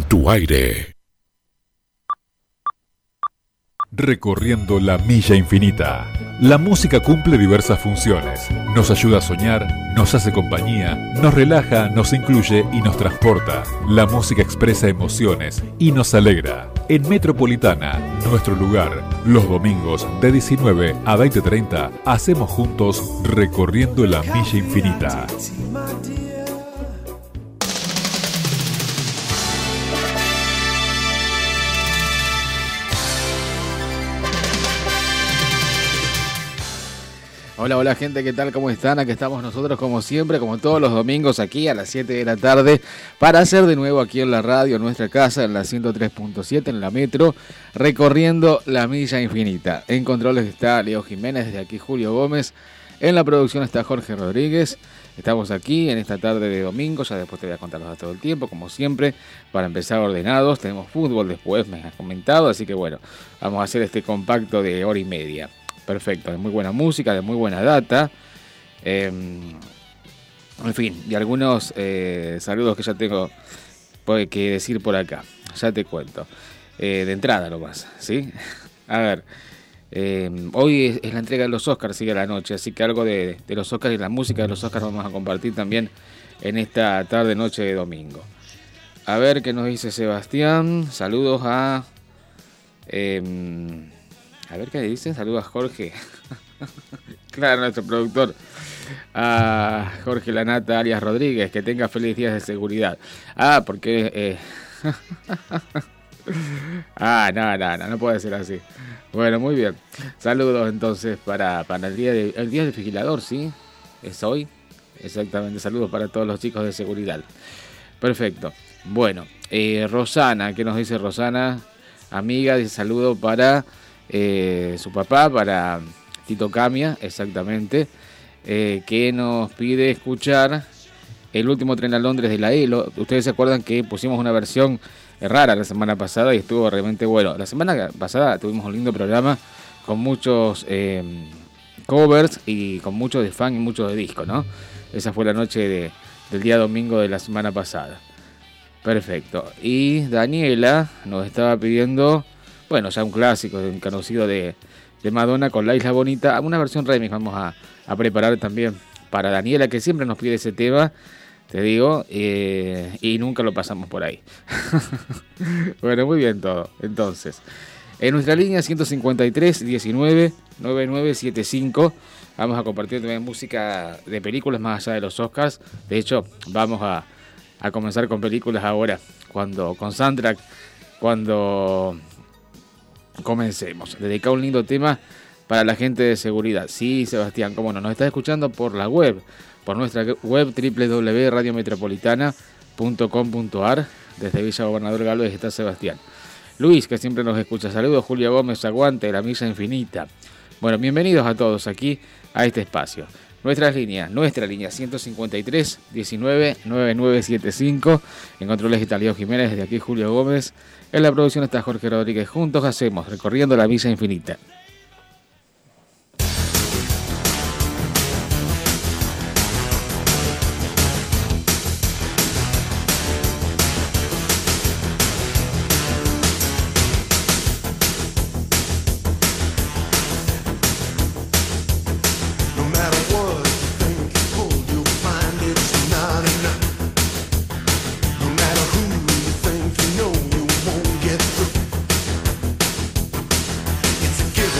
tu aire. Recorriendo la milla infinita. La música cumple diversas funciones. Nos ayuda a soñar, nos hace compañía, nos relaja, nos incluye y nos transporta. La música expresa emociones y nos alegra. En Metropolitana, nuestro lugar, los domingos de 19 a 20:30, hacemos juntos Recorriendo la milla infinita. Hola, hola gente, ¿qué tal? ¿Cómo están? Aquí estamos nosotros como siempre, como todos los domingos aquí a las 7 de la tarde para hacer de nuevo aquí en la radio, en nuestra casa, en la 103.7, en la Metro, recorriendo la milla infinita. En controles está Leo Jiménez, desde aquí Julio Gómez, en la producción está Jorge Rodríguez. Estamos aquí en esta tarde de domingo, ya después te voy a contar los datos del tiempo, como siempre, para empezar ordenados. Tenemos fútbol después, me has comentado, así que bueno, vamos a hacer este compacto de hora y media. Perfecto, de muy buena música, de muy buena data. En fin, y algunos saludos que ya tengo que decir por acá. Ya te cuento. De entrada nomás, ¿sí? A ver, hoy es la entrega de los Oscars, sigue la noche, así que algo de los Oscars y la música de los Oscars vamos a compartir también en esta tarde-noche de domingo. A ver qué nos dice Sebastián. Saludos a... A ver qué dice. Saludos a Jorge. Claro, nuestro productor. A Jorge Lanata alias Rodríguez. Que tenga feliz días de seguridad. Ah, porque... No puede ser así. Bueno, muy bien. Saludos entonces para el día del vigilador, ¿sí? Es hoy. Exactamente. Saludos para todos los chicos de seguridad. Perfecto. Bueno, Rosana. ¿Qué nos dice Rosana? Amiga, dice saludo para... su papá, para Tito Camia, exactamente, que nos pide escuchar El último tren a Londres de la ELO. Ustedes se acuerdan que pusimos una versión rara la semana pasada y estuvo realmente bueno. La semana pasada tuvimos un lindo programa con muchos covers y con muchos de fan y muchos de disco, ¿no? Esa fue la noche del día domingo de la semana pasada. Perfecto. Y Daniela nos estaba pidiendo... Bueno, ya un clásico, un conocido de Madonna con La Isla Bonita. Una versión remix vamos a preparar también para Daniela, que siempre nos pide ese tema, te digo, y nunca lo pasamos por ahí. Bueno, muy bien todo. Entonces, en nuestra línea 153 19 9975 vamos a compartir también música de películas más allá de los Oscars. De hecho, vamos a comenzar con películas ahora, con soundtrack, cuando... Comencemos. Dedicar un lindo tema para la gente de seguridad. Sí, Sebastián, cómo no. Nos estás escuchando por la web, por nuestra web www.radiometropolitana.com.ar. Desde Villa Gobernador Galvez está Sebastián. Luis, que siempre nos escucha. Saludos, Julio Gómez, aguante la milla infinita. Bueno, bienvenidos a todos aquí a este espacio. Nuestra línea 153 19 9975. En controles Italio Jiménez, desde aquí Julio Gómez. En la producción está Jorge Rodríguez. Juntos hacemos Recorriendo la Milla Infinita. It's a gift.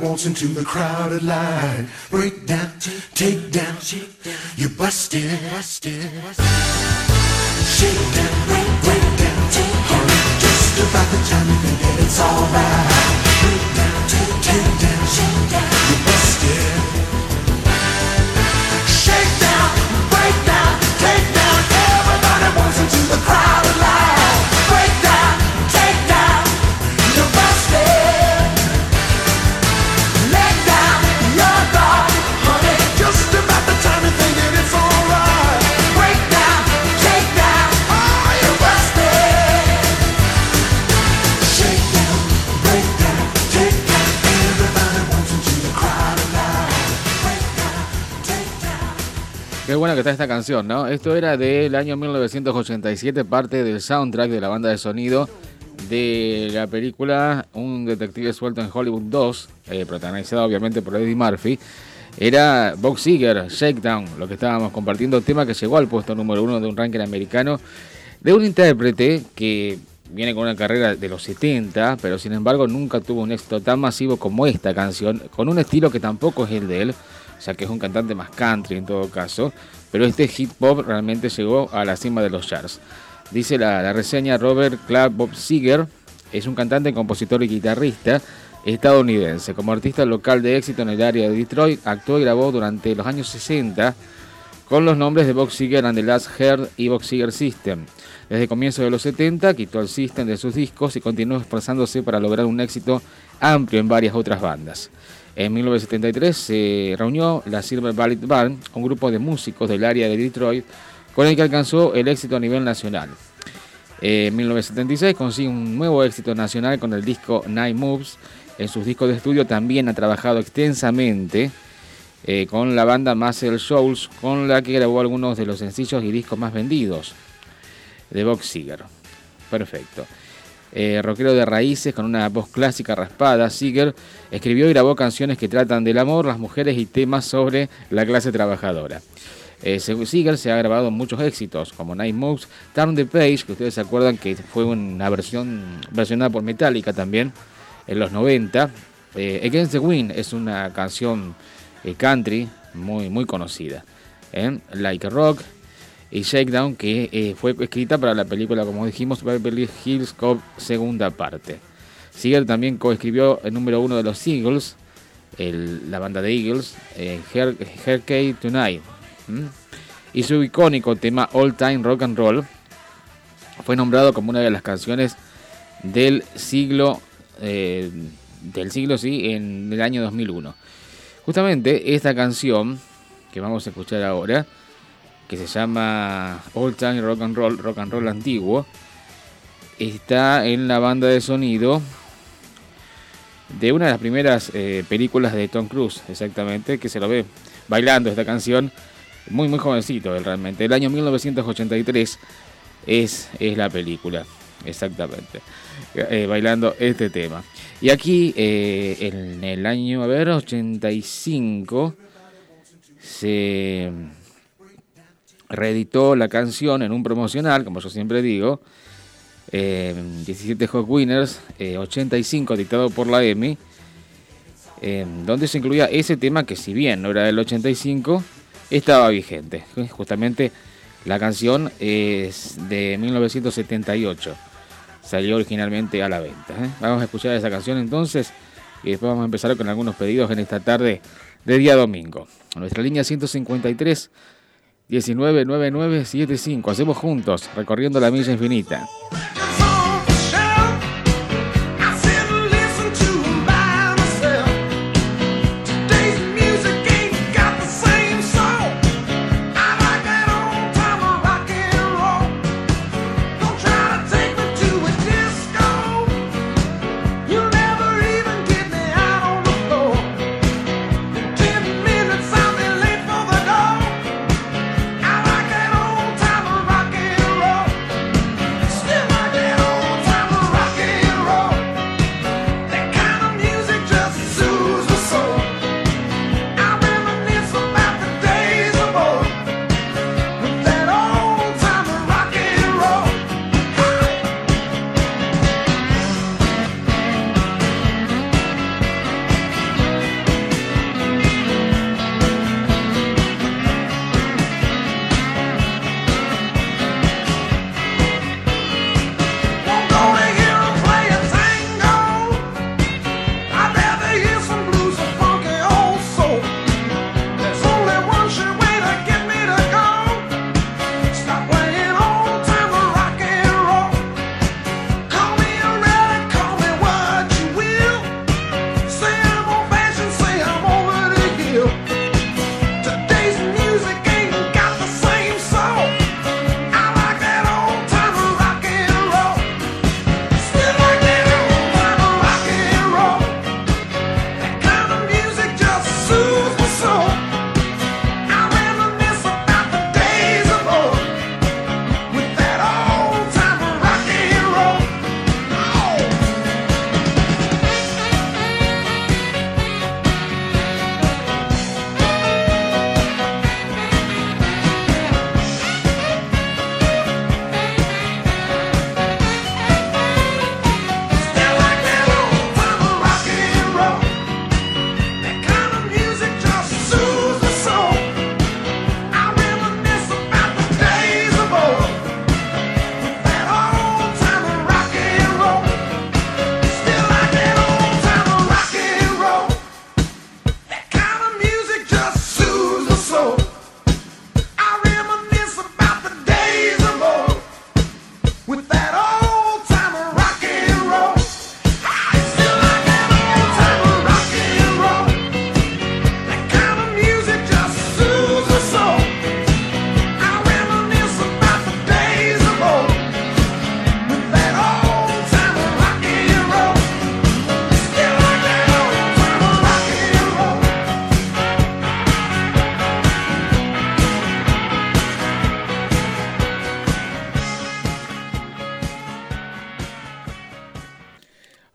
waltz into the crowded line. Break down, take down, you're busted. Shake down, break down, honey, just about the time you think that it's alright. Break down, take down, you're busted. Shake down, break down, take down, everybody waltz into the crowded line. Break down, take down, you're busted. Let down your guard, honey, just about the time you think that it's alright. Break down, take down, oh, you're busted. Shake down, break down, take down, everybody wants into the crowded line. Break down, take down. Qué buena que está esta canción, ¿no? Esto era del año 1987, parte del soundtrack de la banda de sonido de la película Un detective suelto en Hollywood 2, protagonizada obviamente por Eddie Murphy. Era Bob Seger, Shakedown, lo que estábamos compartiendo, tema que llegó al puesto número 1 de un ranking americano de un intérprete que viene con una carrera de los 70, pero sin embargo nunca tuvo un éxito tan masivo como esta canción, con un estilo que tampoco es el de él, o sea que es un cantante más country en todo caso, pero este hit pop realmente llegó a la cima de los charts. Dice la reseña: Robert Clark Bob Seger es un cantante, compositor y guitarrista estadounidense. Como artista local de éxito en el área de Detroit, actuó y grabó durante los años 60 con los nombres de Bob Seger and the Last Heard y Bob Seger System. Desde comienzos de los 70 quitó el System de sus discos y continuó esforzándose para lograr un éxito amplio en varias otras bandas. En 1973 se reunió la Silver Ballet Band, un grupo de músicos del área de Detroit, con el que alcanzó el éxito a nivel nacional. En 1976 consigue un nuevo éxito nacional con el disco Night Moves. En sus discos de estudio también ha trabajado extensamente con la banda Muscle Shoals, con la que grabó algunos de los sencillos y discos más vendidos de Bob Seger. Perfecto. Rockero de raíces con una voz clásica raspada, Seger escribió y grabó canciones que tratan del amor, las mujeres y temas sobre la clase trabajadora. Seger se ha grabado muchos éxitos como Night Moves, Turn the Page, que ustedes se acuerdan que fue una versión versionada por Metallica también en los 90. Against the Wind es una canción country muy conocida. Like a Rock y Shakedown, que fue escrita para la película, como dijimos, Beverly Hills Cop segunda parte. Seger también coescribió el número 1 de los Eagles, la banda de Eagles, Hurricane Tonight. Y su icónico tema All Time Rock and Roll fue nombrado como una de las canciones del siglo, en el año 2001. Justamente esta canción que vamos a escuchar ahora, que se llama All Time Rock and Roll antiguo, está en la banda de sonido de una de las primeras películas de Tom Cruise, exactamente, que se lo ve bailando esta canción. Muy jovencito realmente. El año 1983 es la película, exactamente, bailando este tema. Y aquí en el año 85 se reeditó la canción en un promocional, como yo siempre digo, 17 Hot Winners 85, dictado por la EMI, donde se incluía ese tema que, si bien no era del 85, estaba vigente. Justamente la canción es de 1978. Salió originalmente a la venta. Vamos a escuchar esa canción entonces y después vamos a empezar con algunos pedidos en esta tarde de día domingo. Nuestra línea 153 199975. Hacemos juntos recorriendo la milla infinita. Still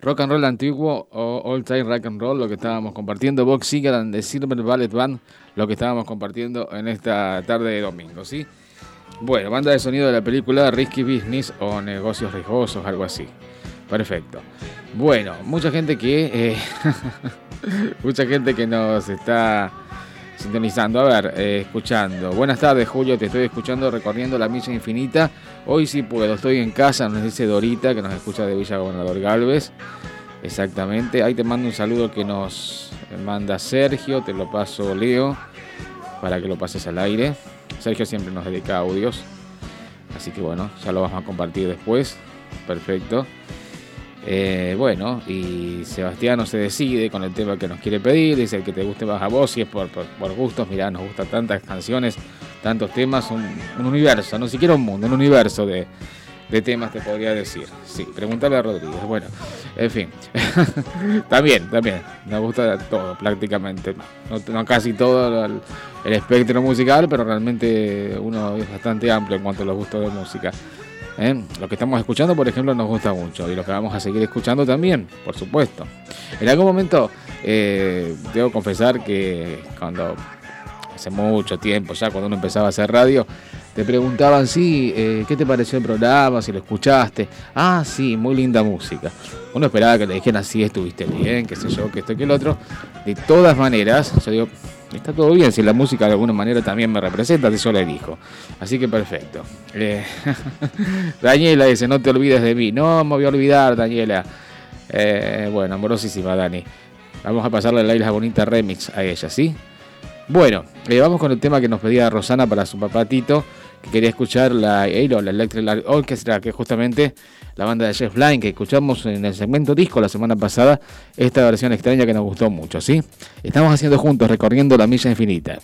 rock and roll antiguo o old time rock and roll, lo que estábamos compartiendo. Box Seger and the Silver Ballet Band, lo que estábamos compartiendo en esta tarde de domingo, ¿sí? Bueno, banda de sonido de la película Risky Business o Negocios Riesgosos, algo así. Perfecto. Bueno, mucha gente que nos está sintonizando. A ver, escuchando. Buenas tardes, Julio, te estoy escuchando recorriendo la milla infinita. Hoy sí puedo, estoy en casa, nos dice Dorita, que nos escucha de Villa Gobernador Galvez. Exactamente. Ahí te mando un saludo que nos manda Sergio, te lo paso, Leo, para que lo pases al aire. Sergio siempre nos dedica audios, así que bueno, ya lo vamos a compartir después. Perfecto. Bueno, y Sebastián no se decide con el tema que nos quiere pedir. Dice el que te guste más a vos, si es por gustos. Mirá, nos gustan tantas canciones, tantos temas, un universo, no siquiera un mundo, un universo de temas te podría decir. Sí, preguntarle a Rodríguez. Bueno, en fin. También, nos gusta todo prácticamente. No casi todo el espectro musical, pero realmente uno es bastante amplio en cuanto a los gustos de música. Lo que estamos escuchando, por ejemplo, nos gusta mucho, y lo que vamos a seguir escuchando también, por supuesto. En algún momento debo confesar que cuando hace mucho tiempo ya, cuando uno empezaba a hacer radio, te preguntaban, sí, ¿qué te pareció el programa? Si lo escuchaste. Ah, sí, muy linda música. Uno esperaba que le dijeran, sí, estuviste bien, qué sé yo, que esto y que el otro. De todas maneras, yo digo, está todo bien, si la música de alguna manera también me representa, yo la elijo. Así que perfecto. Daniela dice, no te olvides de mí. No me voy a olvidar, Daniela. Bueno, amorosísima Dani. Vamos a pasarle la Isla Bonita remix a ella, ¿sí? Bueno, vamos con el tema que nos pedía Rosana para su papá Tito, que quería escuchar la Electric Light Orchestra, que es justamente la banda de Jeff Lynne, que escuchamos en el segmento disco la semana pasada, esta versión extraña que nos gustó mucho, ¿sí? Estamos haciendo juntos, recorriendo la milla infinita.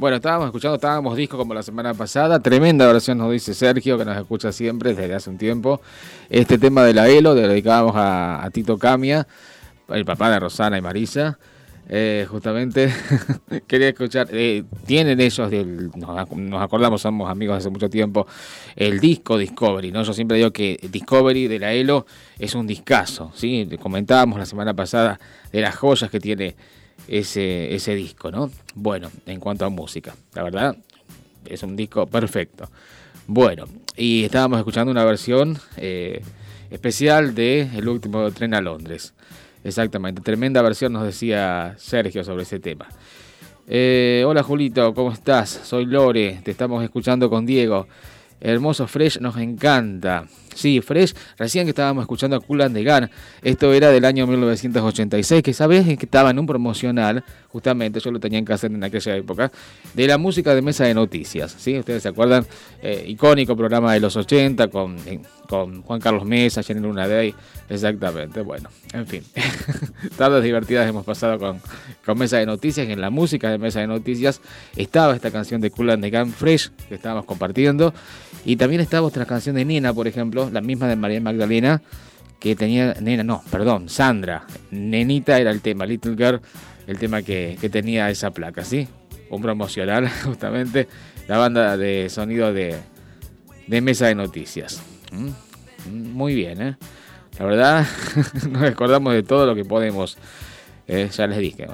Bueno, estábamos disco como la semana pasada. Tremenda versión, nos dice Sergio, que nos escucha siempre desde hace un tiempo. Este tema de la ELO, le dedicábamos a Tito Camia, el papá de Rosana y Marisa. Justamente quería escuchar, tienen ellos, nos acordamos, somos amigos hace mucho tiempo, el disco Discovery, ¿no? Yo siempre digo que Discovery de la ELO es un discazo, ¿sí? Comentábamos la semana pasada de las joyas que tiene ese disco, ¿no? Bueno, en cuanto a música, la verdad es un disco perfecto. Bueno, y estábamos escuchando una versión especial de El último tren a Londres. Exactamente, tremenda versión, nos decía Sergio sobre ese tema. Hola Julito, ¿cómo estás? Soy Lore, te estamos escuchando con Diego. Hermoso Fresh, nos encanta. Sí, Fresh, recién que estábamos escuchando a Kool and the Gang, esto era del año 1986, que sabes que estaba en un promocional, justamente, yo lo tenía en casa en aquella época, de la música de Mesa de Noticias, ¿sí? Ustedes se acuerdan, icónico programa de los 80 con Juan Carlos Mesa, Jenny Luna Day, exactamente, bueno, en fin, tardes divertidas hemos pasado con Mesa de Noticias, y en la música de Mesa de Noticias estaba esta canción de Kool and the Gang, Fresh, que estábamos compartiendo, y también estaba otra canción de Nena, por ejemplo, la misma de María Magdalena, que tenía, Sandra, Nenita era el tema, Little Girl, el tema que tenía esa placa, ¿sí? Un promocional, justamente, la banda de sonido de Mesa de Noticias. Muy bien, ¿eh? La verdad, nos acordamos de todo lo que podemos. Ya les dije,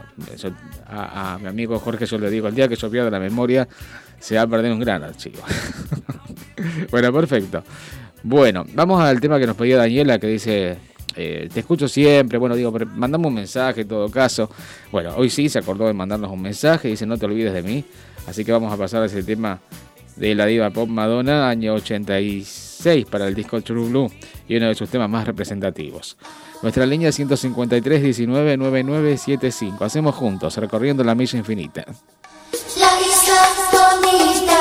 a mi amigo Jorge yo le digo, el día que yo pierda la memoria, se va a perder un gran archivo. Bueno, perfecto. Bueno, vamos al tema que nos pedía Daniela, que dice, te escucho siempre, bueno, digo, pero mandame un mensaje en todo caso. Bueno, hoy sí se acordó de mandarnos un mensaje, dice, no te olvides de mí. Así que vamos a pasar a ese tema de la diva pop Madonna, año 86 para el disco True Blue, y uno de sus temas más representativos. Nuestra línea 153-19-9975. Hacemos juntos, recorriendo la milla infinita. La isla bonita.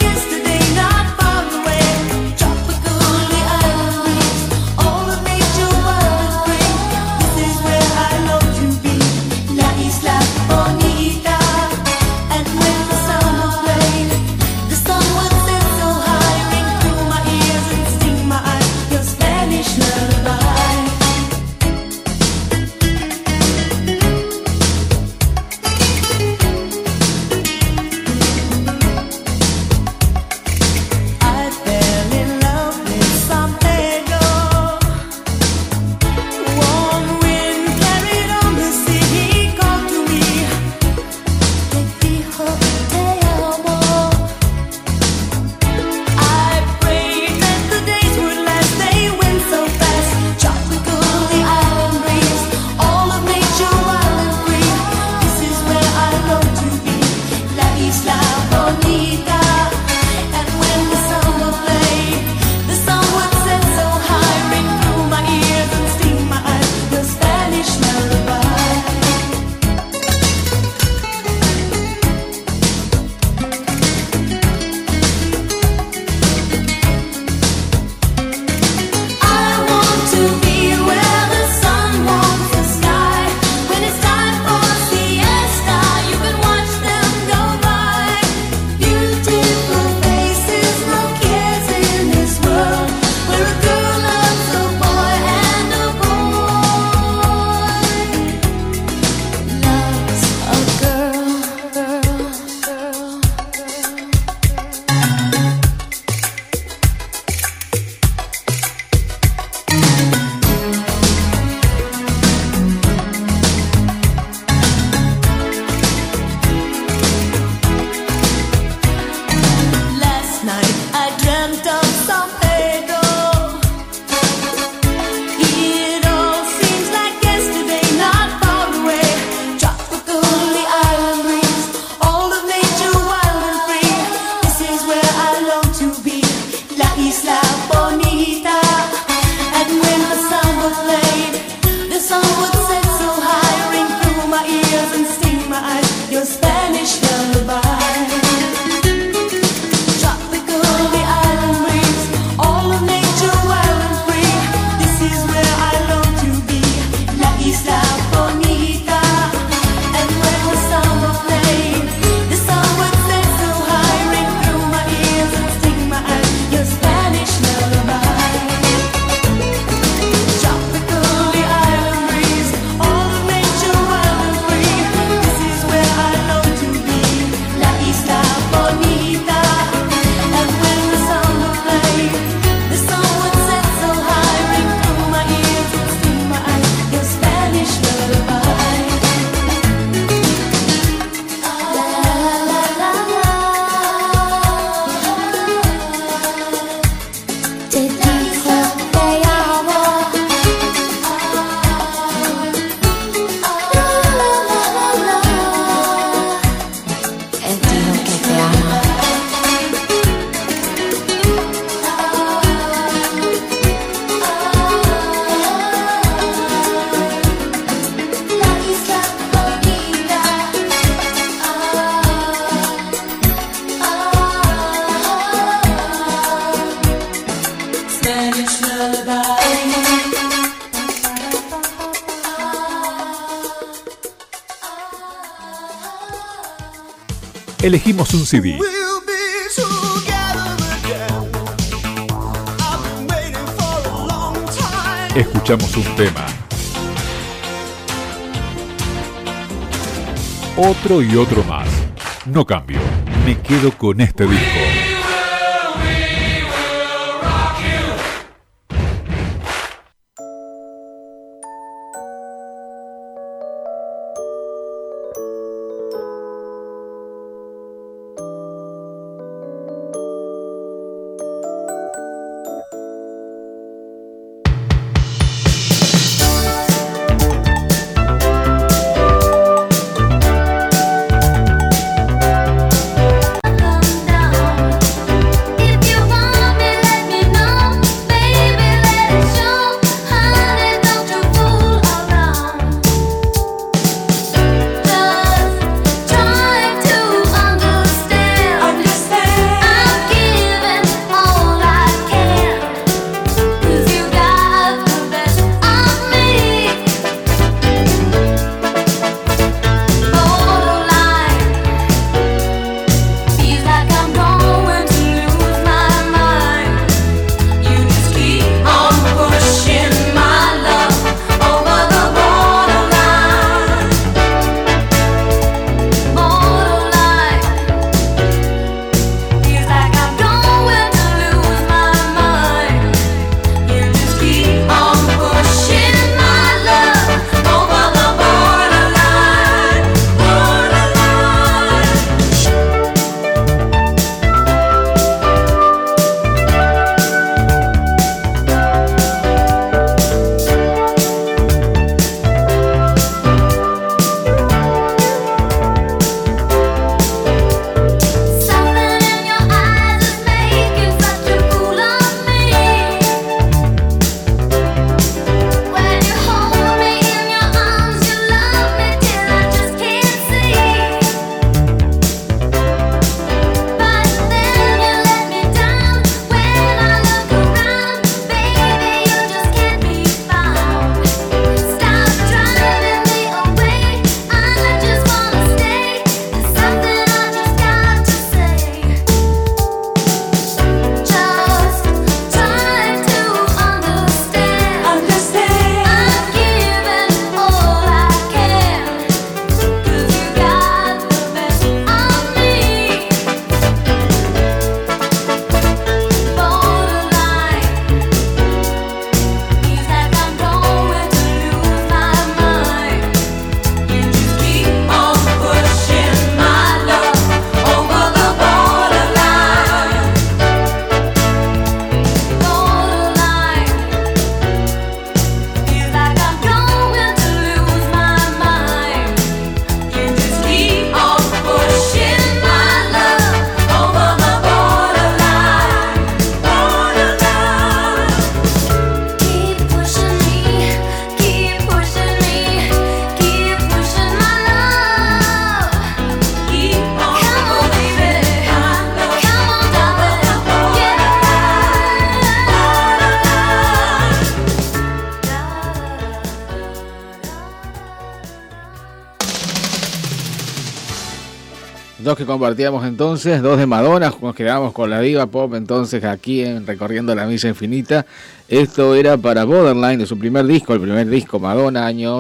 All the nature Elegimos un CD. We'll be together again. I've been waiting for a long time. Escuchamos un tema. Otro y otro más. No cambio. Me quedo con este disco. Dos que compartíamos entonces, dos de Madonna, nos quedamos con la diva pop entonces aquí en Recorriendo la Milla Infinita. Esto era para Borderline, de su primer disco, el primer disco Madonna, año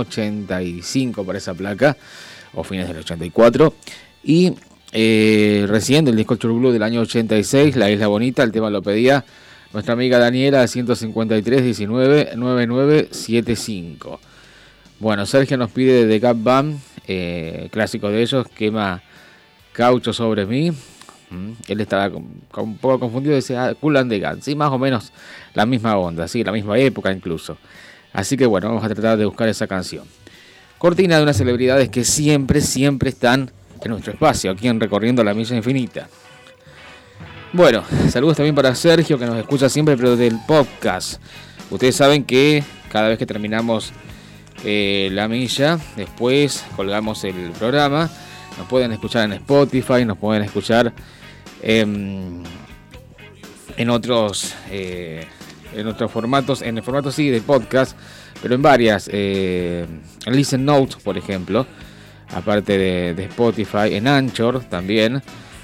85 para esa placa, o fines del 84. Y recién del disco True Blue del año 86, La Isla Bonita, el tema lo pedía nuestra amiga Daniela, 153-19-9975. Bueno, Sergio nos pide de The Gap Band, clásico de ellos, Quema Caucho sobre mí. Él estaba un poco confundido, decía Kool and the Gang, sí, más o menos la misma onda, sí, la misma época incluso. Así que bueno, vamos a tratar de buscar esa canción. Cortina de unas celebridades que siempre están en nuestro espacio, aquí en Recorriendo la Milla Infinita. Bueno, saludos también para Sergio, que nos escucha siempre, pero del podcast. Ustedes saben que cada vez que terminamos la milla, después colgamos el programa. Nos pueden escuchar en Spotify, nos pueden escuchar en otros formatos, en el formato sí de podcast, pero en varias, en Listen Notes, por ejemplo. aparte de Spotify, en Anchor también,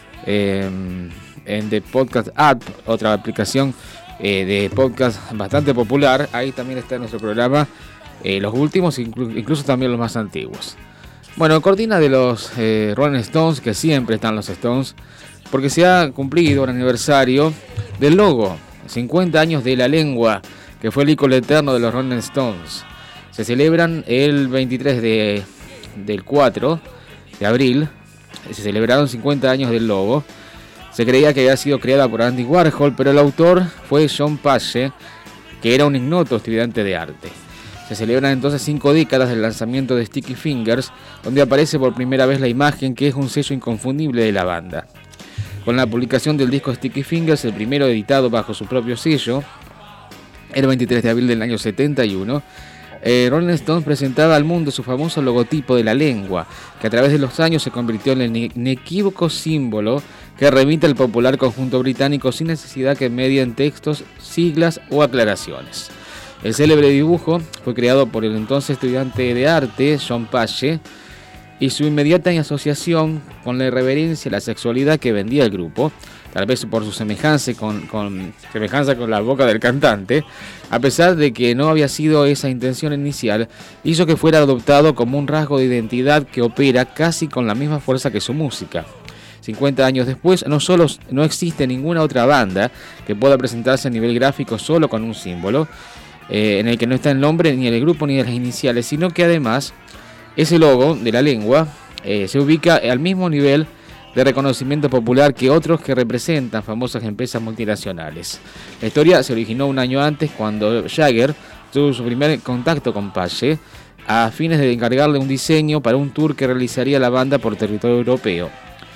en The Podcast App, otra aplicación de podcast bastante popular. Ahí también está nuestro programa, los últimos, incluso también los más antiguos. Bueno, cortina de los Rolling Stones, que siempre están los Stones, porque se ha cumplido un aniversario del logo, 50 años de la lengua, que fue el ícono eterno de los Rolling Stones. Se celebran el 23 del 4 de abril, se celebraron 50 años del logo. Se creía que había sido creada por Andy Warhol, pero el autor fue John Page, que era un ignoto estudiante de arte. Se celebran entonces 5 décadas del lanzamiento de Sticky Fingers, donde aparece por primera vez la imagen, que es un sello inconfundible de la banda. Con la publicación del disco Sticky Fingers, el primero editado bajo su propio sello, el 23 de abril del año 71, Rolling Stones presentaba al mundo su famoso logotipo de la lengua, que a través de los años se convirtió en el inequívoco símbolo que remite al popular conjunto británico sin necesidad que medien textos, siglas o aclaraciones. El célebre dibujo fue creado por el entonces estudiante de arte John Page, y su inmediata asociación con la irreverencia y la sexualidad que vendía el grupo, tal vez por su semejanza con la boca del cantante, a pesar de que no había sido esa intención inicial, hizo que fuera adoptado como un rasgo de identidad que opera casi con la misma fuerza que su música. 50 años después, no existe ninguna otra banda que pueda presentarse a nivel gráfico solo con un símbolo, en el que no está el nombre ni el grupo ni de las iniciales, sino que además ese logo de la lengua se ubica al mismo nivel de reconocimiento popular que otros que representan famosas empresas multinacionales. La historia se originó un año antes, cuando Jagger tuvo su primer contacto con Page a fines de encargarle un diseño para un tour que realizaría la banda por territorio europeo.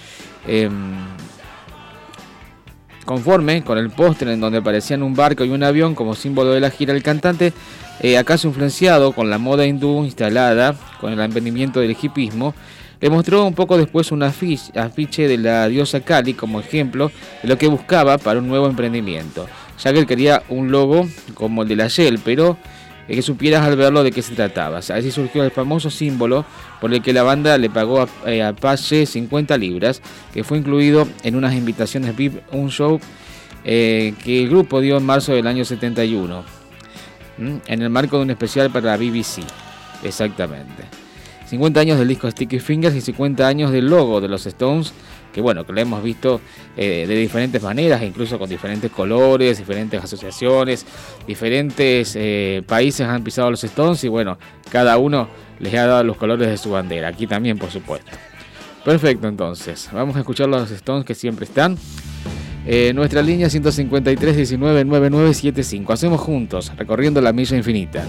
Conforme con el póster en donde aparecían un barco y un avión como símbolo de la gira, el cantante, acaso influenciado con la moda hindú instalada con el emprendimiento del hipismo, le mostró un poco después un afiche de la diosa Kali como ejemplo de lo que buscaba para un nuevo emprendimiento. Jagger quería un logo como el de la Shell, pero que supieras al verlo de qué se trataba. Así surgió el famoso símbolo por el que la banda le pagó a Page 50 libras, que fue incluido en unas invitaciones VIP, un show que el grupo dio en marzo del año 71, en el marco de un especial para la BBC. Exactamente. 50 años del disco Sticky Fingers y 50 años del logo de los Stones, que bueno, que lo hemos visto de diferentes maneras, incluso con diferentes colores, diferentes asociaciones, diferentes países han pisado los Stones, y bueno, cada uno les ha dado los colores de su bandera, aquí también por supuesto. Perfecto, entonces, vamos a escuchar los Stones, que siempre están. Nuestra línea 153 19 9975. Hacemos juntos, recorriendo la milla infinita.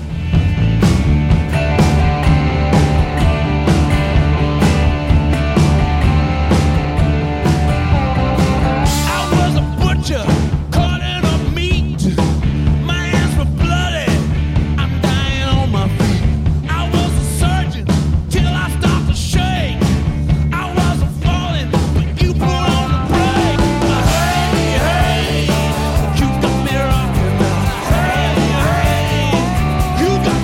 You got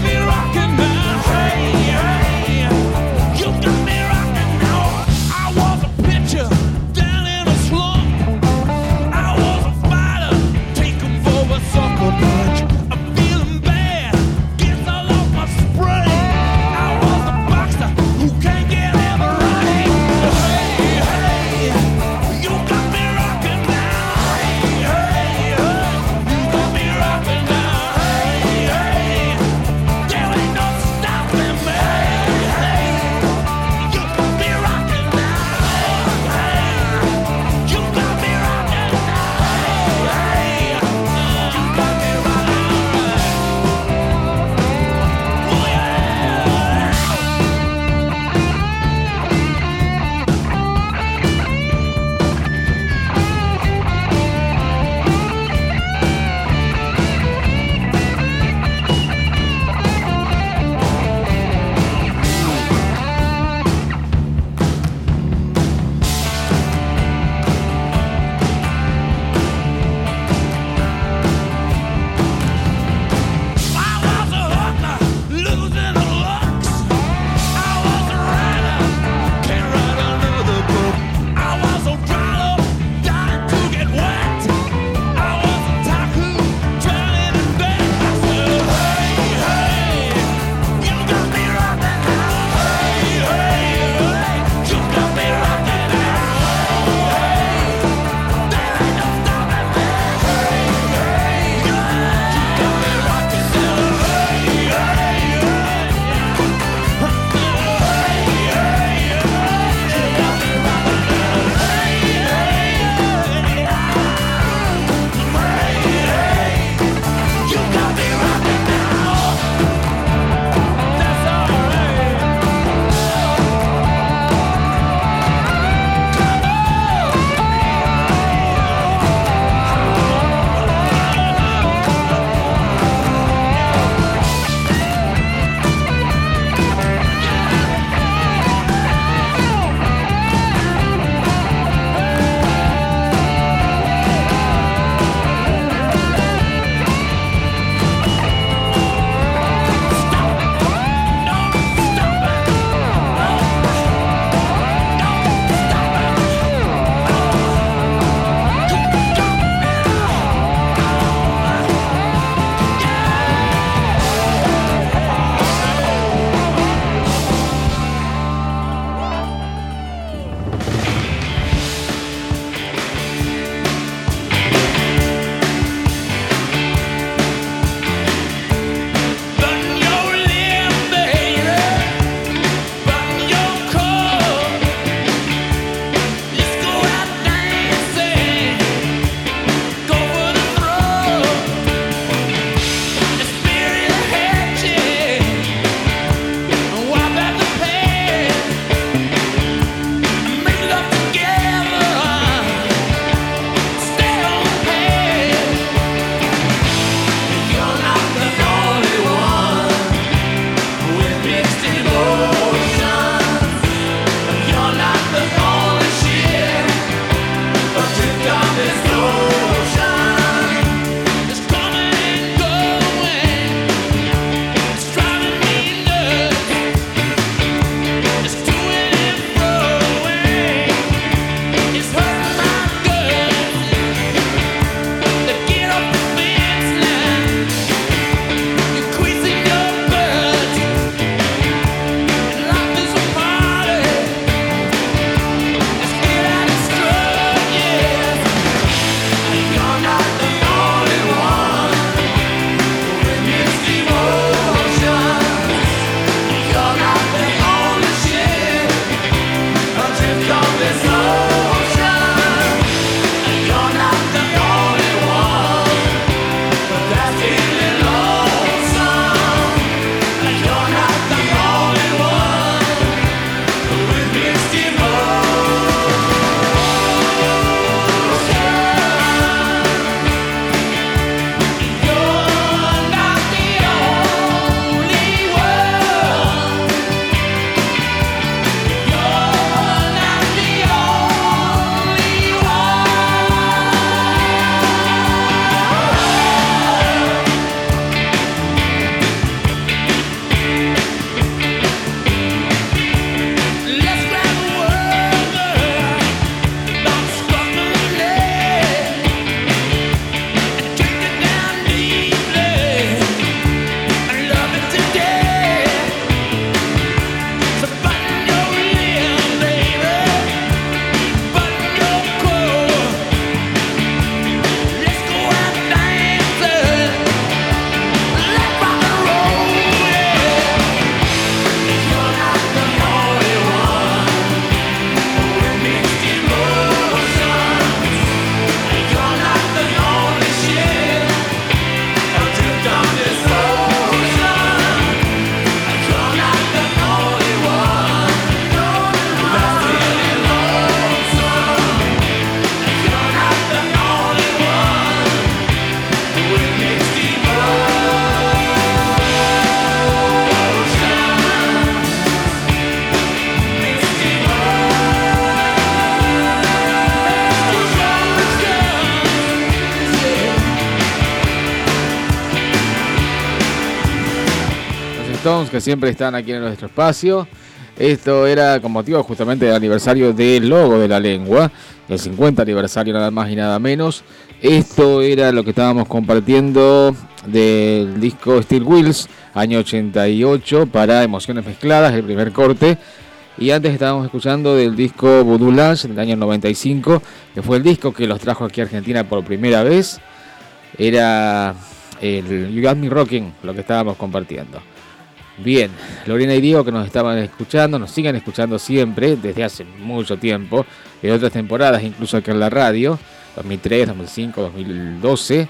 Stones, que siempre están aquí en nuestro espacio. Esto era con motivo justamente del aniversario del logo de la lengua, el 50 aniversario nada más y nada menos. Esto era lo que estábamos compartiendo del disco Steel Wheels, año 88, para Emociones Mezcladas, el primer corte. Y antes estábamos escuchando del disco Voodoo Lounge del año 95, que fue el disco que los trajo aquí a Argentina por primera vez. Era el You Got Me Rocking, lo que estábamos compartiendo. Bien, Lorena y Diego, que nos estaban escuchando, nos siguen escuchando siempre, desde hace mucho tiempo, de otras temporadas, incluso aquí en la radio, 2003, 2005, 2012.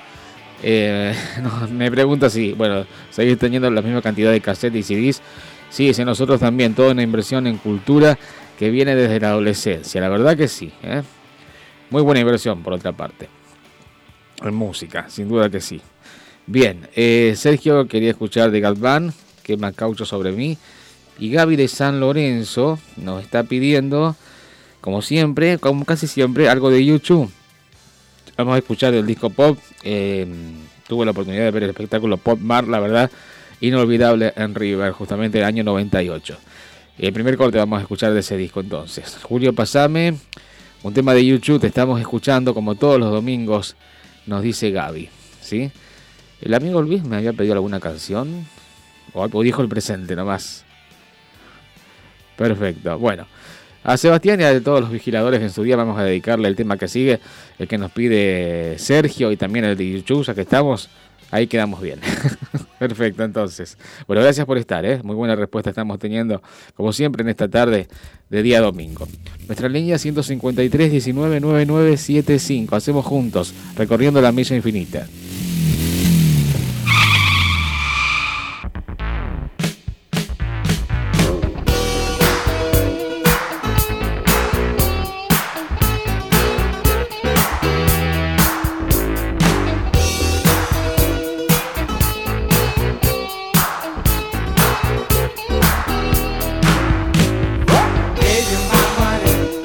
Me pregunta si, bueno, seguís teniendo la misma cantidad de cassettes y CDs. Sí, es nosotros también, toda una inversión en cultura que viene desde la adolescencia, la verdad que sí, ¿eh? Muy buena inversión, por otra parte, en música, sin duda que sí. Bien, Sergio quería escuchar de Galván, que me caucho sobre mí, y Gaby de San Lorenzo nos está pidiendo, como siempre, como casi siempre, algo de YouTube. Vamos a escuchar el disco Pop. Tuve la oportunidad de ver el espectáculo Pop Mar, la verdad, inolvidable en River, justamente el año 98. El primer corte vamos a escuchar de ese disco entonces. Julio, pasame un tema de YouTube, te estamos escuchando como todos los domingos, nos dice Gaby, ¿sí? El amigo Luis me había pedido alguna canción, o dijo el presente nomás. Perfecto, bueno. A Sebastián y a todos los vigiladores en su día vamos a dedicarle el tema que sigue, el que nos pide Sergio y también el de YouTube, ya que estamos, ahí quedamos bien. Perfecto, entonces. Bueno, gracias por estar, muy buena respuesta estamos teniendo, como siempre, en esta tarde de día domingo. Nuestra línea 153 19 9975. Hacemos juntos, recorriendo la milla infinita.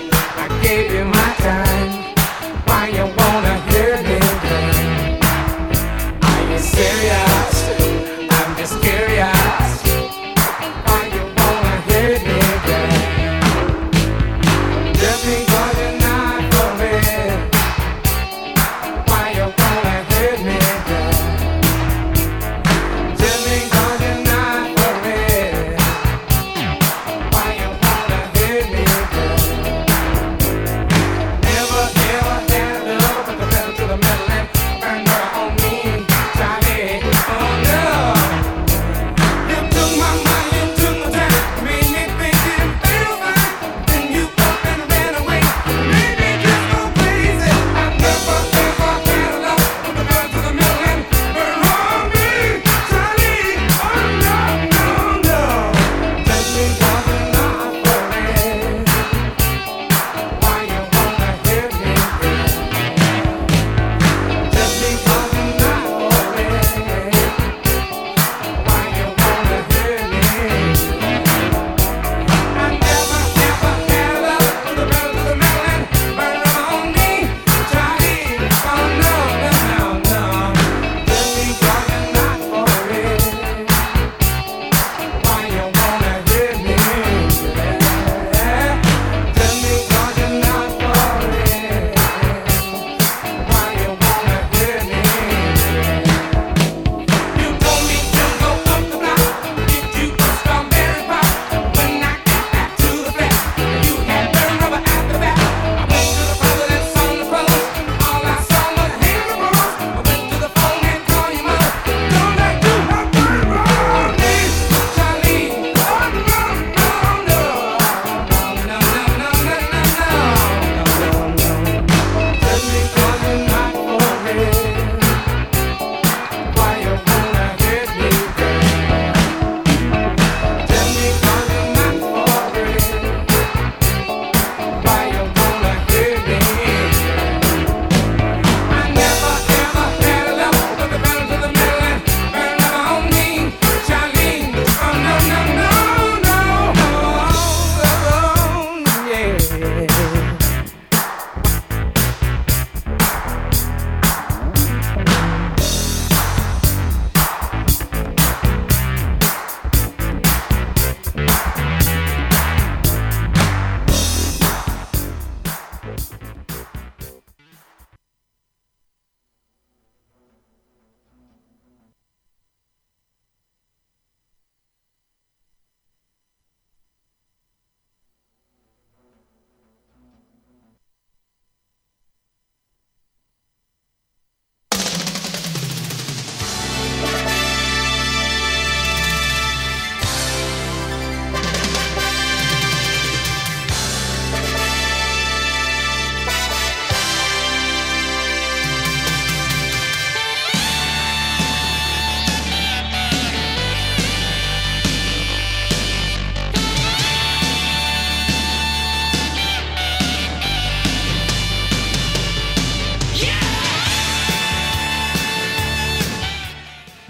Why you wanna hear me?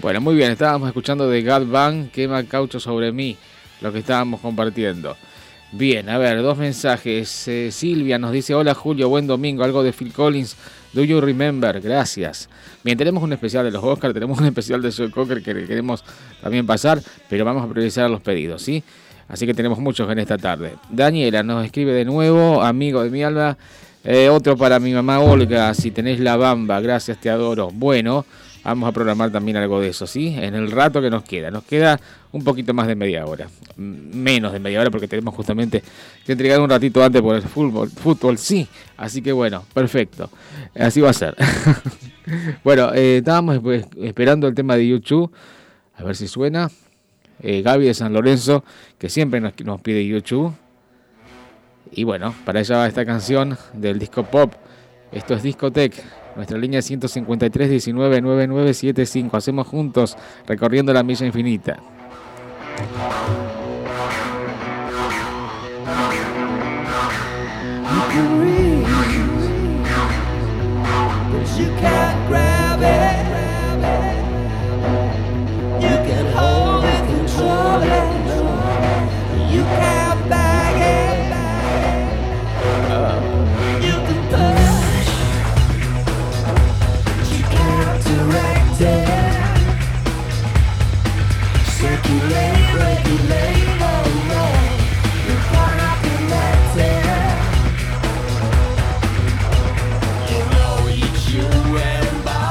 Bueno, muy bien, estábamos escuchando de God Band, Quema Caucho sobre mí, lo que estábamos compartiendo. Bien, a ver, 2 mensajes. Silvia nos dice, hola Julio, buen domingo, algo de Phil Collins, Do You Remember? Gracias. Bien, tenemos un especial de los Oscars, tenemos un especial de Joe Cocker que queremos también pasar, pero vamos a priorizar los pedidos, ¿sí? Así que tenemos muchos en esta tarde. Daniela nos escribe de nuevo, amigo de mi alma, otro para mi mamá Olga, si tenés la bamba, gracias, te adoro. Bueno, vamos a programar también algo de eso, ¿sí? En el rato que nos queda un poquito más de media hora, menos de media hora porque tenemos justamente que entregar un ratito antes por el fútbol, sí, así que bueno, perfecto, así va a ser. Bueno, estábamos esperando el tema de YouTube, a ver si suena. Gaby de San Lorenzo, que siempre nos pide YouTube. Y bueno, para ella va esta canción del disco pop. Esto es Discotech. Nuestra línea 153-19-9975. Hacemos juntos recorriendo la milla infinita. You and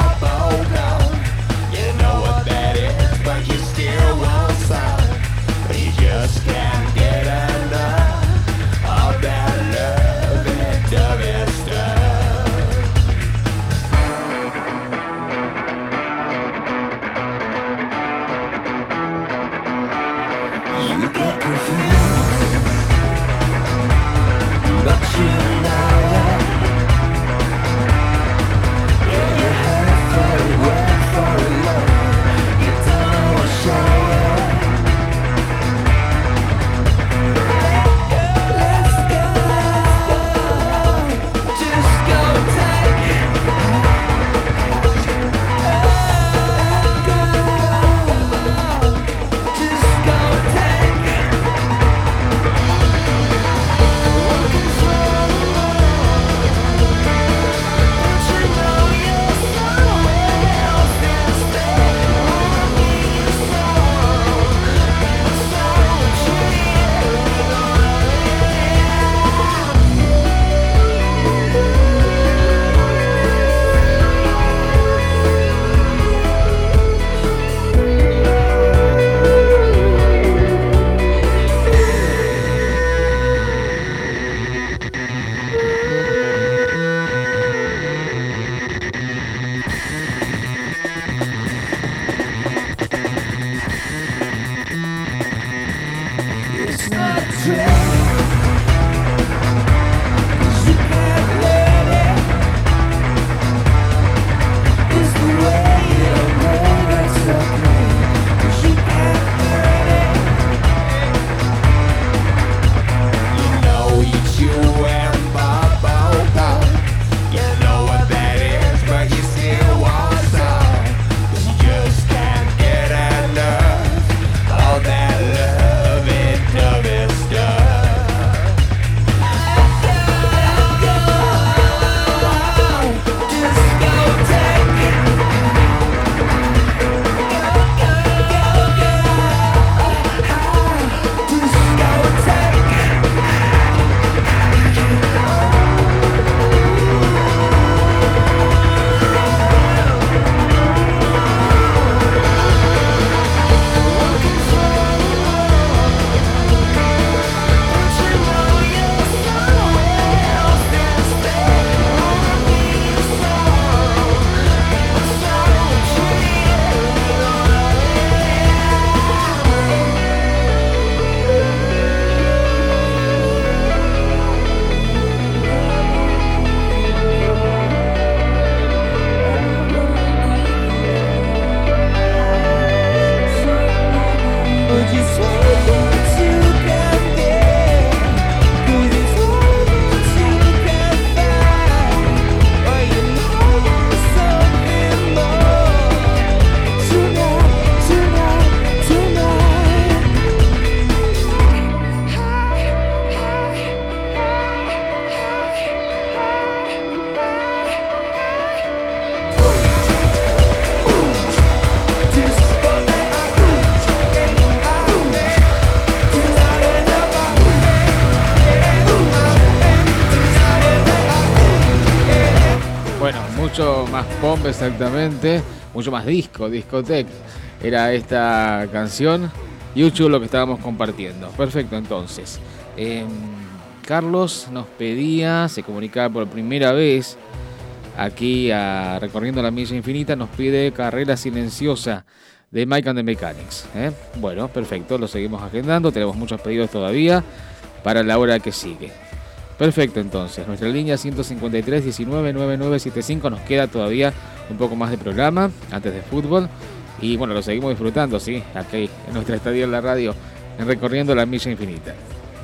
más pop exactamente, mucho más discoteca era esta canción y un chulo que estábamos compartiendo. Perfecto, entonces. Carlos nos pedía, se comunicaba por primera vez aquí a Recorriendo la Milla Infinita, nos pide Carrera Silenciosa de Mike and the Mechanics. Bueno, perfecto, lo seguimos agendando, tenemos muchos pedidos todavía para la hora que sigue. Perfecto, entonces, nuestra línea 153-19-9975, nos queda todavía un poco más de programa antes de fútbol. Y bueno, lo seguimos disfrutando, ¿sí? Aquí en nuestra estadía en la radio, en Recorriendo la Milla Infinita.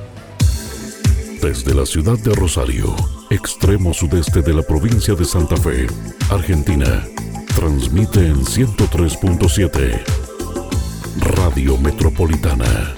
Desde la ciudad de Rosario, extremo sudeste de la provincia de Santa Fe, Argentina, transmite en 103.7 Radio Metropolitana.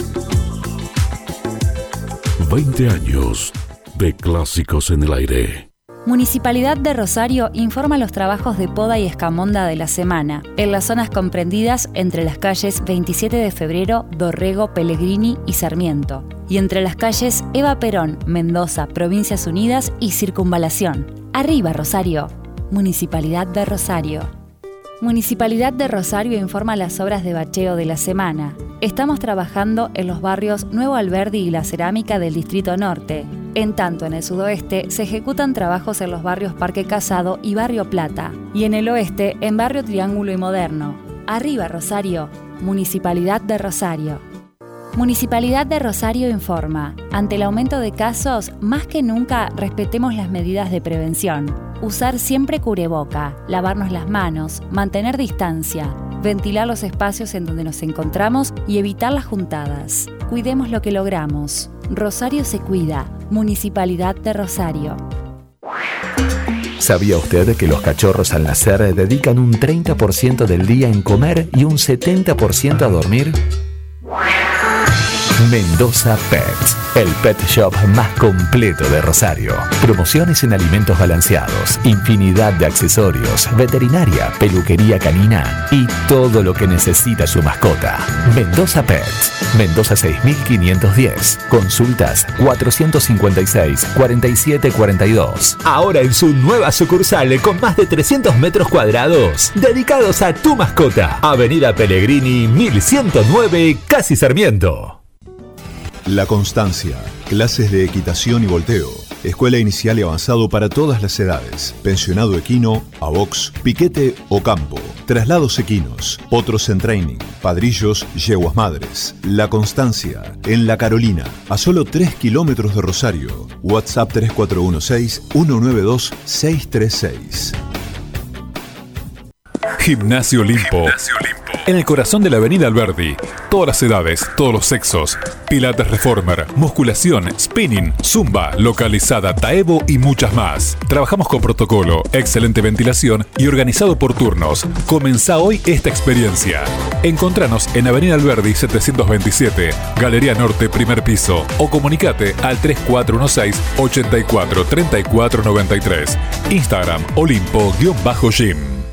20 años de clásicos en el aire. Municipalidad de Rosario informa los trabajos de poda y escamonda de la semana en las zonas comprendidas entre las calles 27 de Febrero, Dorrego, Pellegrini y Sarmiento, y entre las calles Eva Perón, Mendoza, Provincias Unidas y Circunvalación. Arriba, Rosario. Municipalidad de Rosario. Municipalidad de Rosario informa las obras de bacheo de la semana. Estamos trabajando en los barrios Nuevo Alberdi y La Cerámica del Distrito Norte. En tanto, en el sudoeste se ejecutan trabajos en los barrios Parque Casado y Barrio Plata. Y en el oeste, en Barrio Triángulo y Moderno. Arriba, Rosario. Municipalidad de Rosario. Municipalidad de Rosario informa. Ante el aumento de casos, más que nunca respetemos las medidas de prevención. Usar siempre cubreboca, lavarnos las manos, mantener distancia, ventilar los espacios en donde nos encontramos y evitar las juntadas. Cuidemos lo que logramos. Rosario se cuida. Municipalidad de Rosario. ¿Sabía usted que los cachorros al nacer dedican un 30% del día en comer y un 70% a dormir? Mendoza Pets, el pet shop más completo de Rosario. Promociones en alimentos balanceados, infinidad de accesorios, veterinaria, peluquería canina y todo lo que necesita su mascota. Mendoza Pets, Mendoza 6510. Consultas 456-4742. Ahora en su nueva sucursal con más de 300 metros cuadrados dedicados a tu mascota. Avenida Pellegrini 1109, Casi Sarmiento. La Constancia, clases de equitación y volteo, escuela inicial y avanzado para todas las edades, pensionado equino, abox, piquete o campo, traslados equinos, potros en training, padrillos, yeguas madres. La Constancia, en La Carolina, a solo 3 kilómetros de Rosario. WhatsApp 3416-192-636. Gimnasio Olimpo. En el corazón de la avenida Alberdi. Todas las edades, todos los sexos. Pilates Reformer, musculación, spinning, zumba, localizada, taebo y muchas más. Trabajamos con protocolo, excelente ventilación y organizado por turnos. Comenzá hoy esta experiencia. Encontranos en avenida Alberdi 727, Galería Norte, primer piso. O comunicate al 3416-843493. Instagram Olimpo-Gym.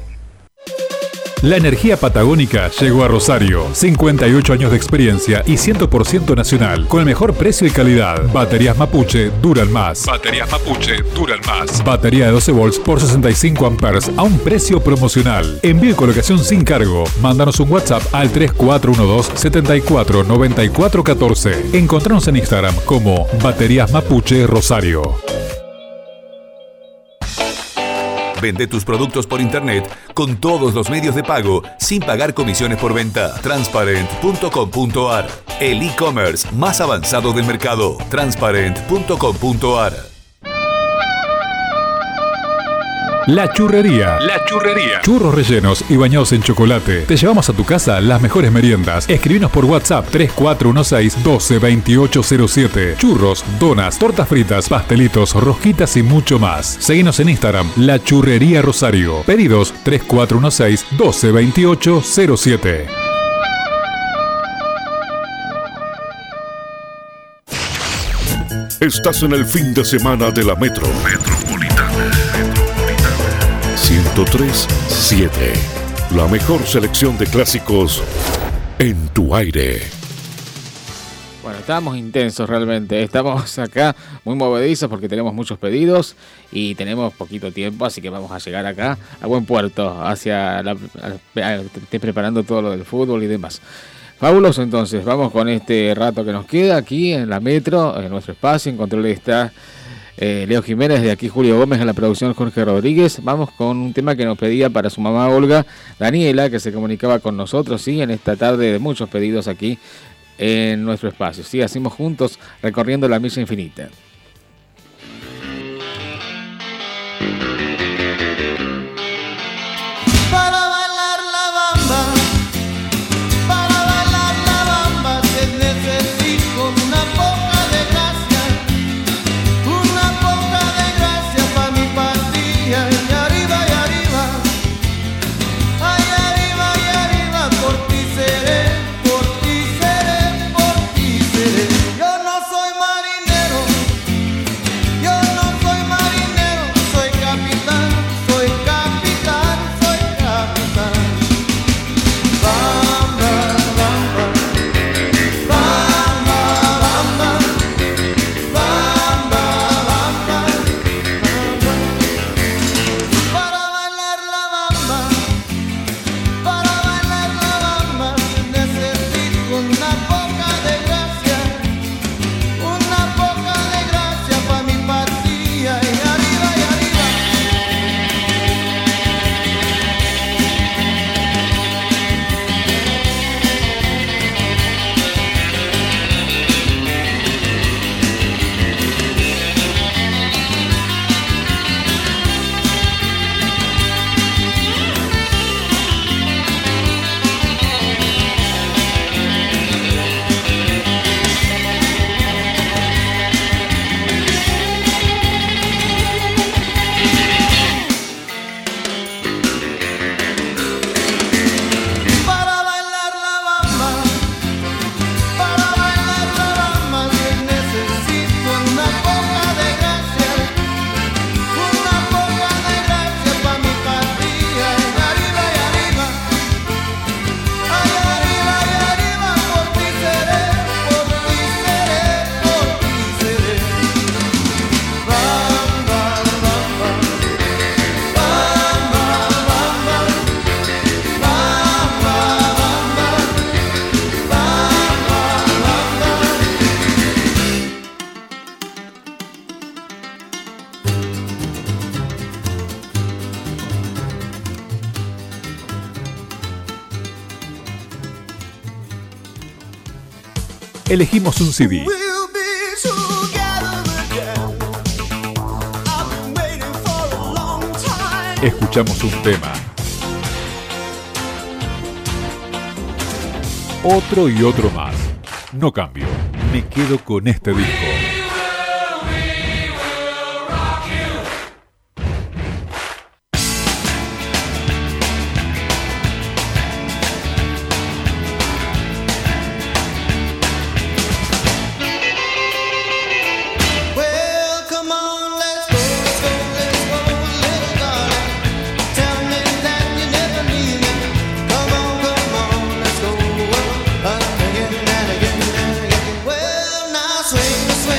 La energía patagónica llegó a Rosario. 58 años de experiencia y 100% nacional. Con el mejor precio y calidad. Baterías Mapuche duran más. Batería de 12 volts por 65 amperes a un precio promocional. Envío y colocación sin cargo. Mándanos un WhatsApp al 3412-749414. Encontranos en Instagram como Baterías Mapuche Rosario. Vende tus productos por internet con todos los medios de pago sin pagar comisiones por venta. Transparent.com.ar, el e-commerce más avanzado del mercado. Transparent.com.ar. La Churrería. Churros rellenos y bañados en chocolate. Te llevamos a tu casa las mejores meriendas. Escribinos por WhatsApp 3416-122807. Churros, donas, tortas fritas, pastelitos, rosquitas y mucho más. Seguinos en Instagram, La Churrería Rosario. Pedidos 3416-122807. Estás en el fin de semana de la Metropolitana. 103.7. La mejor selección de clásicos en tu aire. Bueno, estamos intensos realmente. Estamos acá muy movedizos porque tenemos muchos pedidos y tenemos poquito tiempo, así que vamos a llegar acá a buen puerto, preparando todo lo del fútbol y demás. Fabuloso, entonces, vamos con este rato que nos queda aquí en la Metro, en nuestro espacio. En control está Leo Jiménez, de aquí Julio Gómez, en la producción Jorge Rodríguez. Vamos con un tema que nos pedía para su mamá Olga, Daniela, que se comunicaba con nosotros, ¿sí? En esta tarde de muchos pedidos aquí en nuestro espacio. Sí, hacemos juntos recorriendo la milla infinita. Para bailar la bamba, para bailar la bamba, se necesita una poca de gracia, una poca de gracia para mi patria. Y arriba, ay arriba, por ti seré, por ti seré, por ti seré. Yo no soy marinero, yo no soy marinero, soy capitán, soy capitán, soy capitán. Bamba, bamba, bamba, bamba, bamba, bamba, para bailar la bamba, para bailar la bamba, necesito una poca de gracia para mi patria. Y arriba, para bailar la bamba, para bailar la bamba, necesito una poca de gracia para mi patria. Y arriba, ay arriba, por ti seré, por ti seré, por ti seré. Bamba, bamba, bamba, bamba, bamba, Elegimos un CD. we'll be together again. I've been waiting for a long time. Escuchamos un tema. Otro y otro más. No cambio. Me quedo con este disco. Well, come on, let's go, little darling. Tell me that you never leave me. Come on, let's go again and again and again. Well, now swing, swing.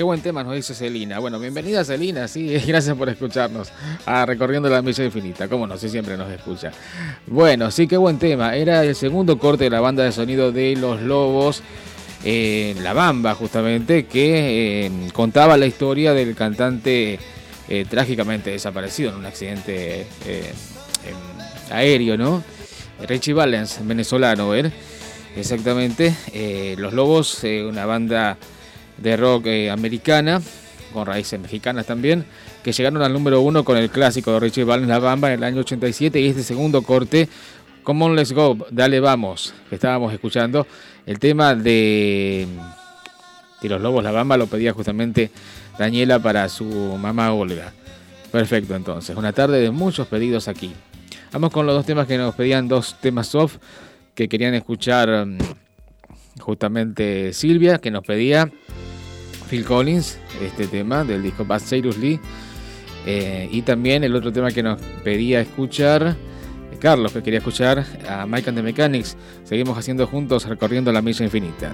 buen tema, nos dice Celina. Bueno, bienvenida Celina, sí, gracias por escucharnos a Recorriendo la Milla Infinita. Cómo no, si siempre nos escucha. Bueno, sí, qué buen tema. Era el segundo corte de la banda de sonido de Los Lobos, La Bamba, justamente, que contaba la historia del cantante trágicamente desaparecido en un accidente aéreo, ¿no? Richie Valens, venezolano, ¿ver? Exactamente. Los Lobos, una banda de rock americana, con raíces mexicanas también, que llegaron al número 1 con el clásico de Richie Valens, La Bamba, en el año 87, y este segundo corte, Come On Let's Go, Dale Vamos, que estábamos escuchando, el tema de Los Lobos, La Bamba, lo pedía justamente Daniela para su mamá Olga. Perfecto, entonces, una tarde de muchos pedidos aquí. Vamos con los dos temas que nos pedían, dos temas soft que querían escuchar justamente Silvia, que nos pedía Phil Collins, este tema del disco Bad Seriously, y también el otro tema que nos pedía escuchar Carlos, que quería escuchar a Mike and the Mechanics. Seguimos haciendo juntos Recorriendo la Milla Infinita.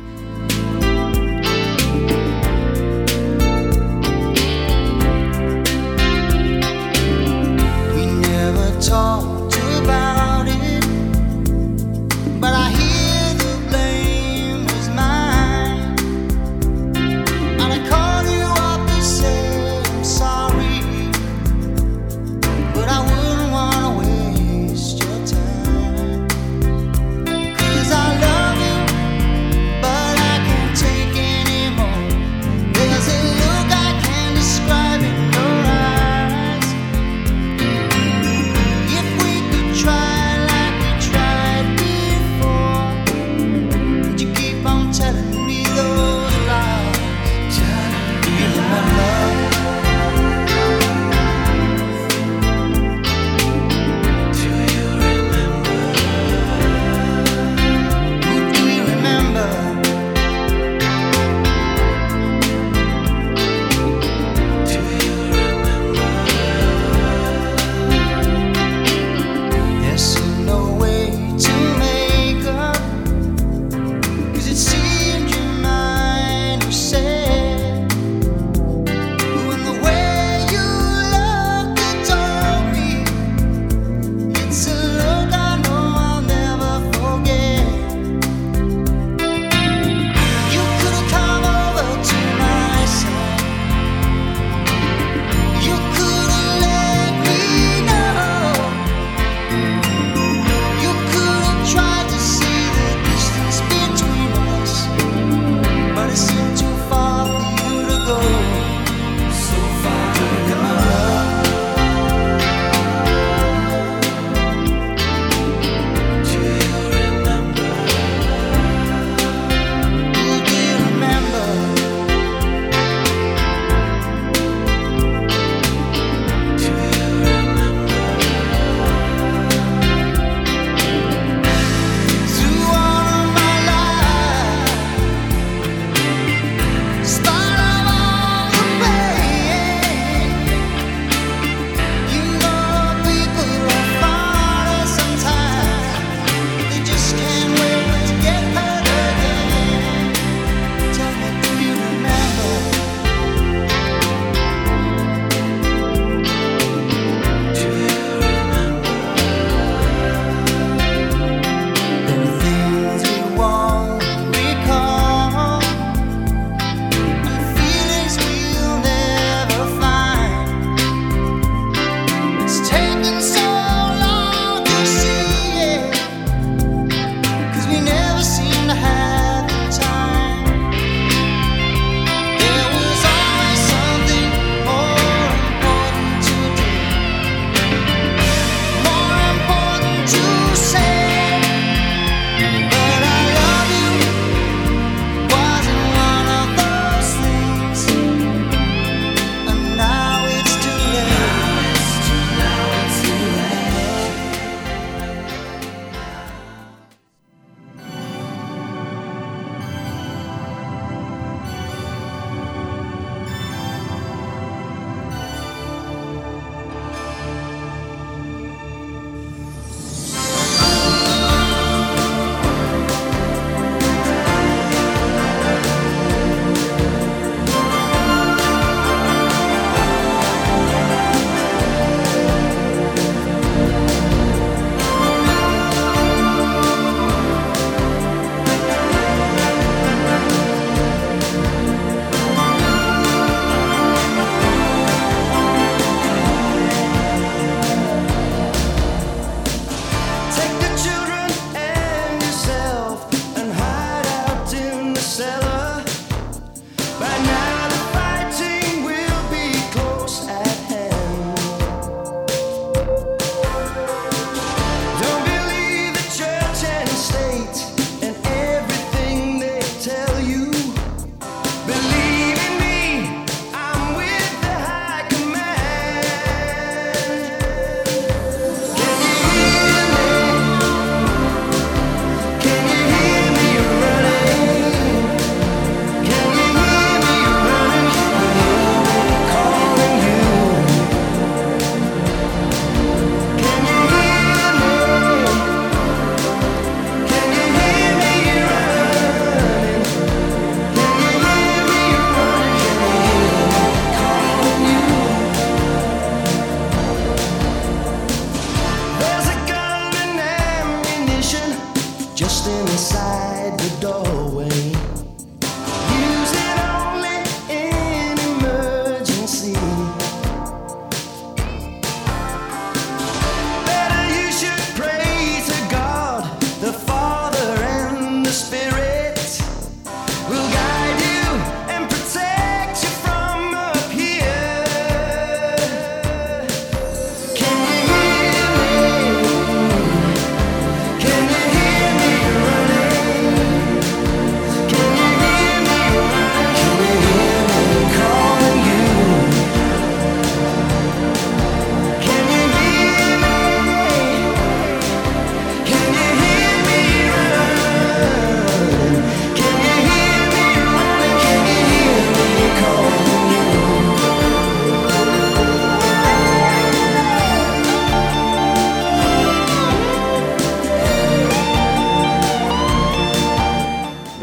We never talked about it, but I hear the blame was mine. And I called you up and said I'm sorry, but I wouldn't wanna waste your time. 'Cause I love you, but I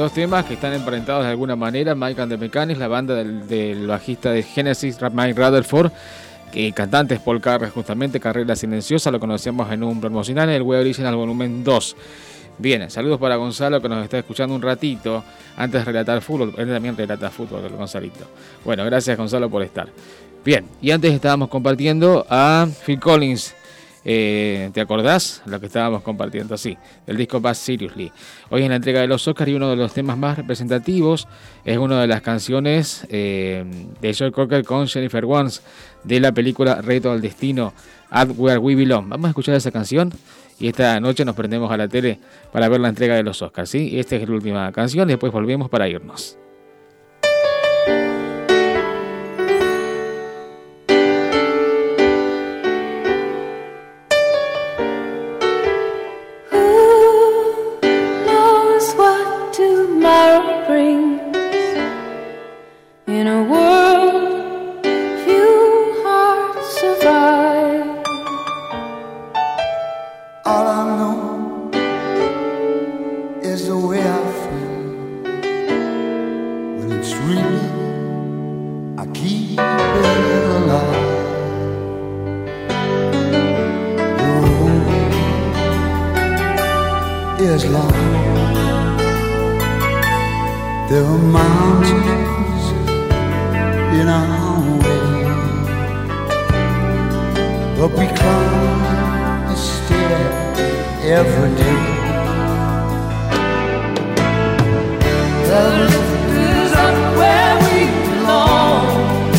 Dos temas que están emparentados de alguna manera. Mike and the Mechanics, la banda del bajista de Genesis, Mike Rutherford, que cantante es Paul Carrack, justamente, Carrera Silenciosa, lo conocíamos en un promocional en el We Original Volumen 2. Bien, saludos para Gonzalo, que nos está escuchando un ratito antes de relatar fútbol. Él también relata fútbol, el Gonzalito. Bueno, gracias Gonzalo por estar. Bien, y antes estábamos compartiendo a Phil Collins. ¿Te acordás? Lo que estábamos compartiendo, sí, del disco Bass Seriously. Hoy en la entrega de los Oscars, y uno de los temas más representativos es una de las canciones de Joe Cocker con Jennifer Warnes de la película Reto al Destino, At Where We Belong. Vamos a escuchar esa canción y esta noche nos prendemos a la tele para ver la entrega de los Oscars, ¿sí? Esta es la última canción y después volvemos para irnos. Tomorrow brings in a world few hearts survive. All I know is the way I feel when it's real. I keep it alive. The road is long. There are mountains in our way, but we climb a stair every day. The lift is up where we belong,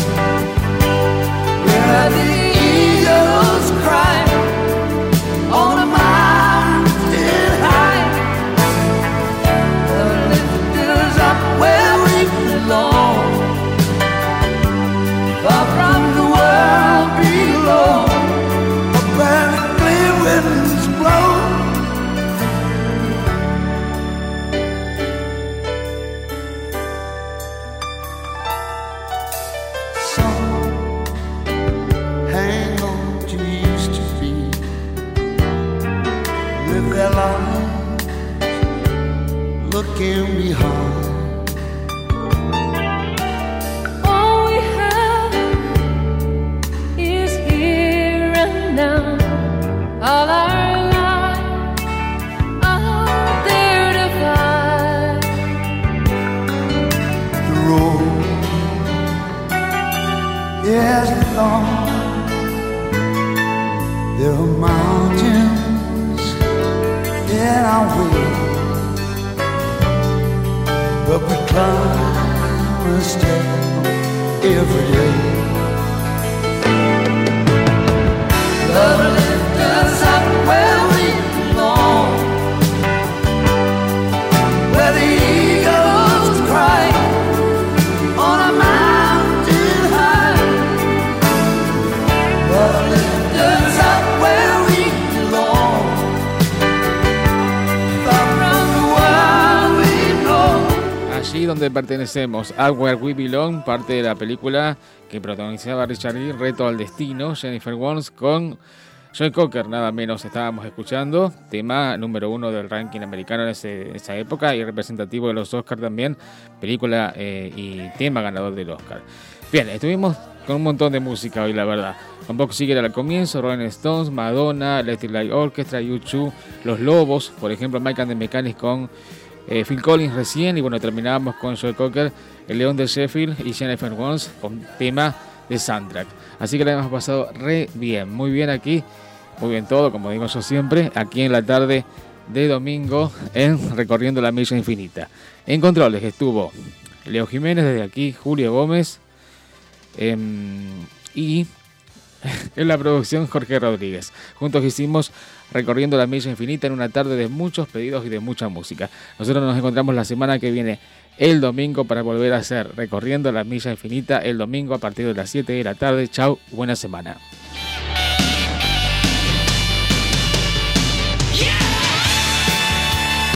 where the eagles cry on a mountain high. The lift is up where we belong, far from the world below, up where the clear winds blow. Some hang on to used to be, live their lives looking behind. All we have is here and now. All our lives are there to find. The road is long. There are mountains in our way, but we climb a stair every day. Love lift us up where we belong, where the eagles cry on a mountain high. Love lift us up where we belong, far from the world we know. Allí donde pertenecemos, At Where We Belong, parte de la película que protagonizaba Richard Gere, Reto al Destino, Jennifer Warnes con Joe Cocker, nada menos estábamos escuchando, tema número 1 del ranking americano en esa época y representativo de los Oscars también, película y tema ganador del Oscar. Bien, estuvimos con un montón de música hoy, la verdad. Con Bob Seger al comienzo, Rolling Stones, Madonna, Electric Light Orchestra, U2, Los Lobos, por ejemplo, Mike and the Mechanics con Phil Collins recién, y bueno, terminábamos con Joe Cocker, El León de Sheffield y Jennifer Warnes con tema de soundtrack. Así que la hemos pasado re bien, muy bien aquí, muy bien todo, como digo yo siempre, aquí en la tarde de domingo en Recorriendo la Milla Infinita. En controles estuvo Leo Jiménez, desde aquí Julio Gómez, y en la producción Jorge Rodríguez. Juntos hicimos Recorriendo la Milla Infinita en una tarde de muchos pedidos y de mucha música. Nosotros nos encontramos la semana que viene, el domingo, para volver a hacer Recorriendo la Milla Infinita el domingo a partir de las 7 de la tarde. Chau, buena semana.